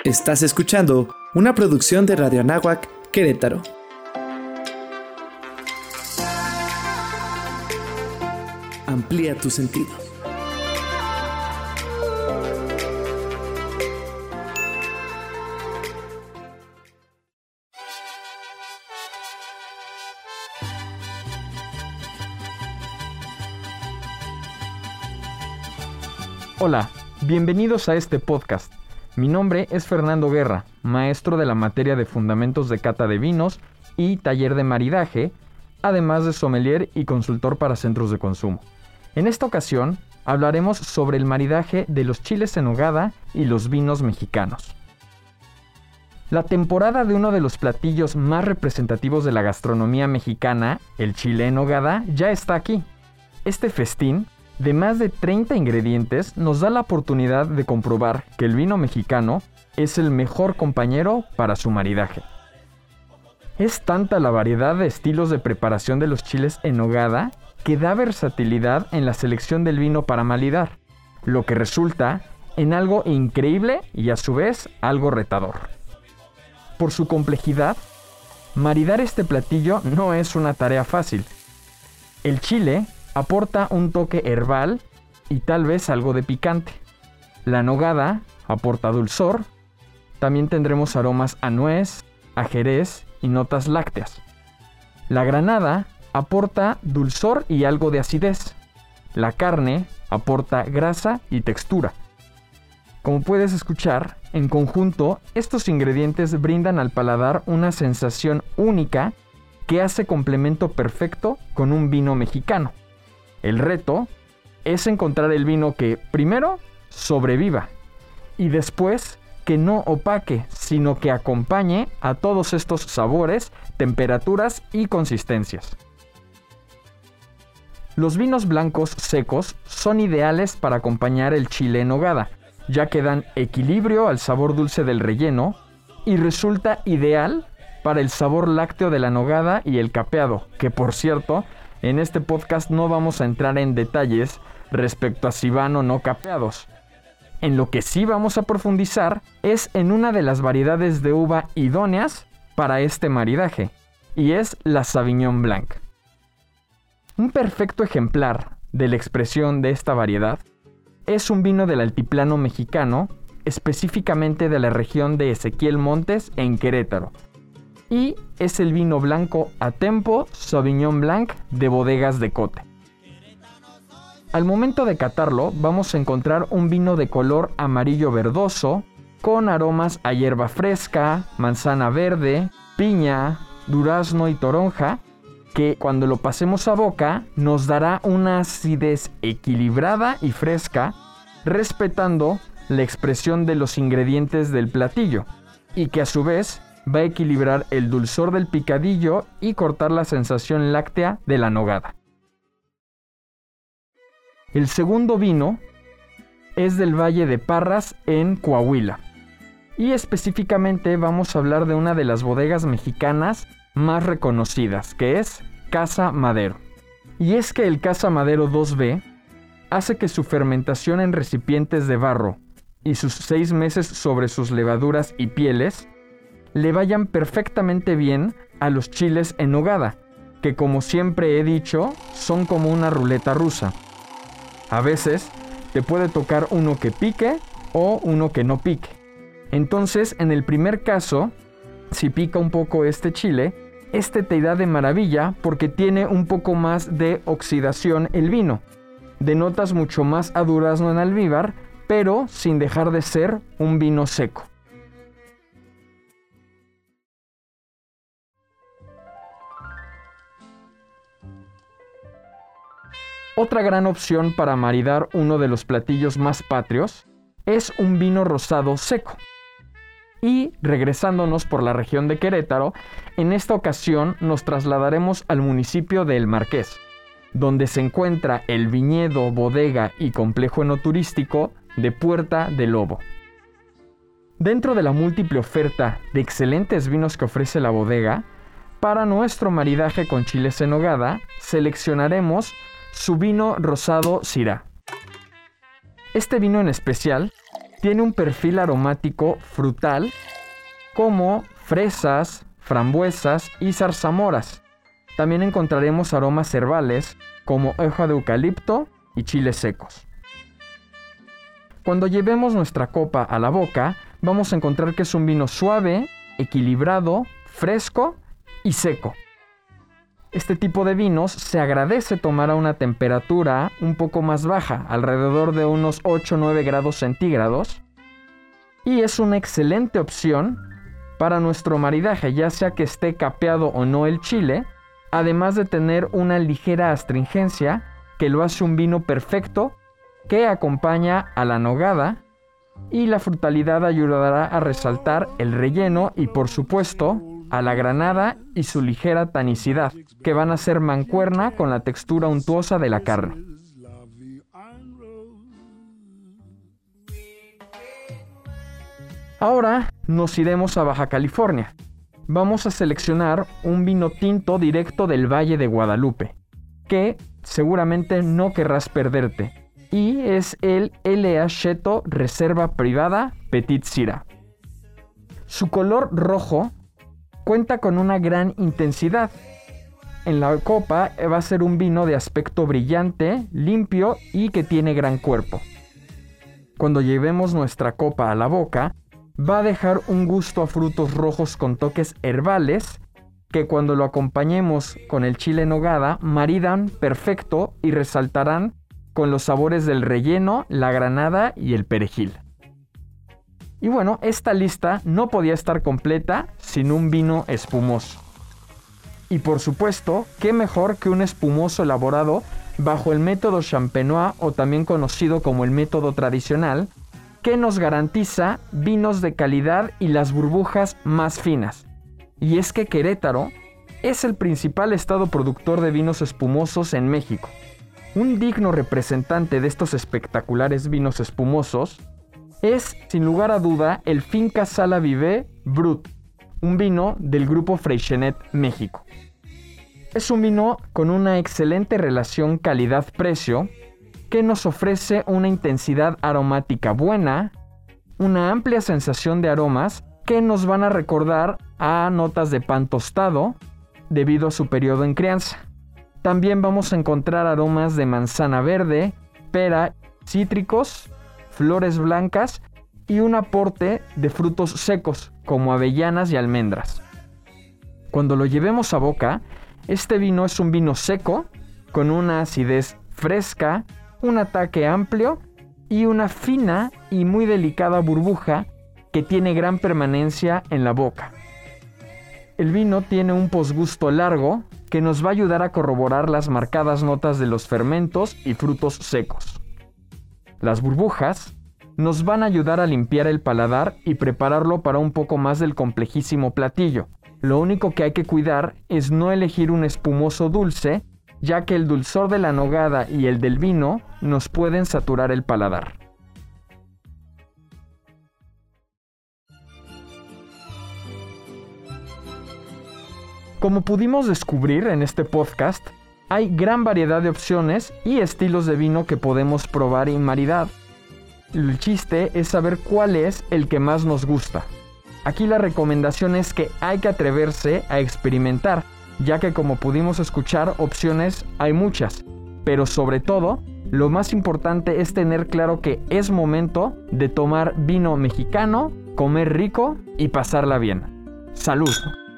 Estás escuchando una producción de Radio Anáhuac, Querétaro. Amplía tus sentidos. Hola, bienvenidos a este podcast. Mi nombre es Fernando Guerra, maestro de la materia de Fundamentos de Cata de Vinos y taller de maridaje, además de sommelier y consultor para centros de consumo. En esta ocasión hablaremos sobre el maridaje de los chiles en nogada y los vinos mexicanos. La temporada de uno de los platillos más representativos de la gastronomía mexicana, el chile en nogada, ya está aquí. Este festín, de más de 30 ingredientes, nos da la oportunidad de comprobar que el vino mexicano es el mejor compañero para su maridaje. Es tanta la variedad de estilos de preparación de los chiles en nogada que da versatilidad en la selección del vino para maridar, lo que resulta en algo increíble y a su vez algo retador. Por su complejidad, maridar este platillo no es una tarea fácil. El chile aporta un toque herbal y tal vez algo de picante. La nogada aporta dulzor. También tendremos aromas a nuez, a jerez y notas lácteas. La granada aporta dulzor y algo de acidez. La carne aporta grasa y textura. Como puedes escuchar, en conjunto, estos ingredientes brindan al paladar una sensación única que hace complemento perfecto con un vino mexicano. El reto es encontrar el vino que, primero, sobreviva y después que no opaque, sino que acompañe a todos estos sabores, temperaturas y consistencias. Los vinos blancos secos son ideales para acompañar el chile en nogada, ya que dan equilibrio al sabor dulce del relleno y resulta ideal para el sabor lácteo de la nogada y el capeado, que por cierto, en este podcast no vamos a entrar en detalles respecto a si van o no capeados. En lo que sí vamos a profundizar es en una de las variedades de uva idóneas para este maridaje, y es la Sauvignon Blanc. Un perfecto ejemplar de la expresión de esta variedad es un vino del altiplano mexicano, específicamente de la región de Ezequiel Montes en Querétaro. Y es el vino blanco Atempo Sauvignon Blanc de Bodegas de Cote. Al momento de catarlo, vamos a encontrar un vino de color amarillo verdoso, con aromas a hierba fresca, manzana verde, piña, durazno y toronja, que cuando lo pasemos a boca nos dará una acidez equilibrada y fresca, respetando la expresión de los ingredientes del platillo, y que a su vez va a equilibrar el dulzor del picadillo y cortar la sensación láctea de la nogada. El segundo vino es del Valle de Parras en Coahuila. Y específicamente vamos a hablar de una de las bodegas mexicanas más reconocidas, que es Casa Madero. Y es que el Casa Madero 2B hace que su fermentación en recipientes de barro y sus 6 meses sobre sus levaduras y pieles le vayan perfectamente bien a los chiles en nogada, que como siempre he dicho, son como una ruleta rusa. A veces te puede tocar uno que pique o uno que no pique. Entonces, en el primer caso, si pica un poco este chile, este te da de maravilla porque tiene un poco más de oxidación el vino. Denotas mucho más a durazno en almíbar, pero sin dejar de ser un vino seco. Otra gran opción para maridar uno de los platillos más patrios es un vino rosado seco. Y regresándonos por la región de Querétaro, en esta ocasión nos trasladaremos al municipio de El Marqués, donde se encuentra el viñedo, bodega y complejo enoturístico de Puerta del Lobo. Dentro de la múltiple oferta de excelentes vinos que ofrece la bodega, para nuestro maridaje con chiles en nogada, seleccionaremos su vino rosado Syrah. Este vino en especial tiene un perfil aromático frutal como fresas, frambuesas y zarzamoras. También encontraremos aromas herbales como hoja de eucalipto y chiles secos. Cuando llevemos nuestra copa a la boca, vamos a encontrar que es un vino suave, equilibrado, fresco y seco. Este tipo de vinos se agradece tomar a una temperatura un poco más baja, alrededor de unos 8 o 9 grados centígrados, y es una excelente opción para nuestro maridaje, ya sea que esté capeado o no el chile, además de tener una ligera astringencia que lo hace un vino perfecto que acompaña a la nogada, y la frutalidad ayudará a resaltar el relleno y, por supuesto, a la granada y su ligera tanicidad, que van a ser mancuerna con la textura untuosa de la carne. Ahora nos iremos a Baja California. Vamos a seleccionar un vino tinto directo del Valle de Guadalupe, que seguramente no querrás perderte, y es el L.A. Cheto Reserva Privada Petit Syrah. Su color rojo cuenta con una gran intensidad. En la copa va a ser un vino de aspecto brillante, limpio y que tiene gran cuerpo. Cuando llevemos nuestra copa a la boca, va a dejar un gusto a frutos rojos con toques herbales que cuando lo acompañemos con el chile en nogada maridan perfecto y resaltarán con los sabores del relleno, la granada y el perejil. Y bueno, esta lista no podía estar completa sin un vino espumoso. Y por supuesto, qué mejor que un espumoso elaborado bajo el método champenois o también conocido como el método tradicional, que nos garantiza vinos de calidad y las burbujas más finas. Y es que Querétaro es el principal estado productor de vinos espumosos en México. Un digno representante de estos espectaculares vinos espumosos es, sin lugar a duda, el Finca Sala Vivé Brut, un vino del grupo Freixenet México. Es un vino con una excelente relación calidad-precio que nos ofrece una intensidad aromática buena, una amplia sensación de aromas que nos van a recordar a notas de pan tostado debido a su periodo en crianza. También vamos a encontrar aromas de manzana verde, pera, cítricos, flores blancas y un aporte de frutos secos como avellanas y almendras. Cuando lo llevemos a boca, este vino es un vino seco con una acidez fresca, un ataque amplio y una fina y muy delicada burbuja que tiene gran permanencia en la boca. El vino tiene un posgusto largo que nos va a ayudar a corroborar las marcadas notas de los fermentos y frutos secos. Las burbujas nos van a ayudar a limpiar el paladar y prepararlo para un poco más del complejísimo platillo. Lo único que hay que cuidar es no elegir un espumoso dulce, ya que el dulzor de la nogada y el del vino nos pueden saturar el paladar. Como pudimos descubrir en este podcast, hay gran variedad de opciones y estilos de vino que podemos probar y maridar. El chiste es saber cuál es el que más nos gusta. Aquí la recomendación es que hay que atreverse a experimentar, ya que como pudimos escuchar, opciones hay muchas. Pero sobre todo, lo más importante es tener claro que es momento de tomar vino mexicano, comer rico y pasarla bien. ¡Salud!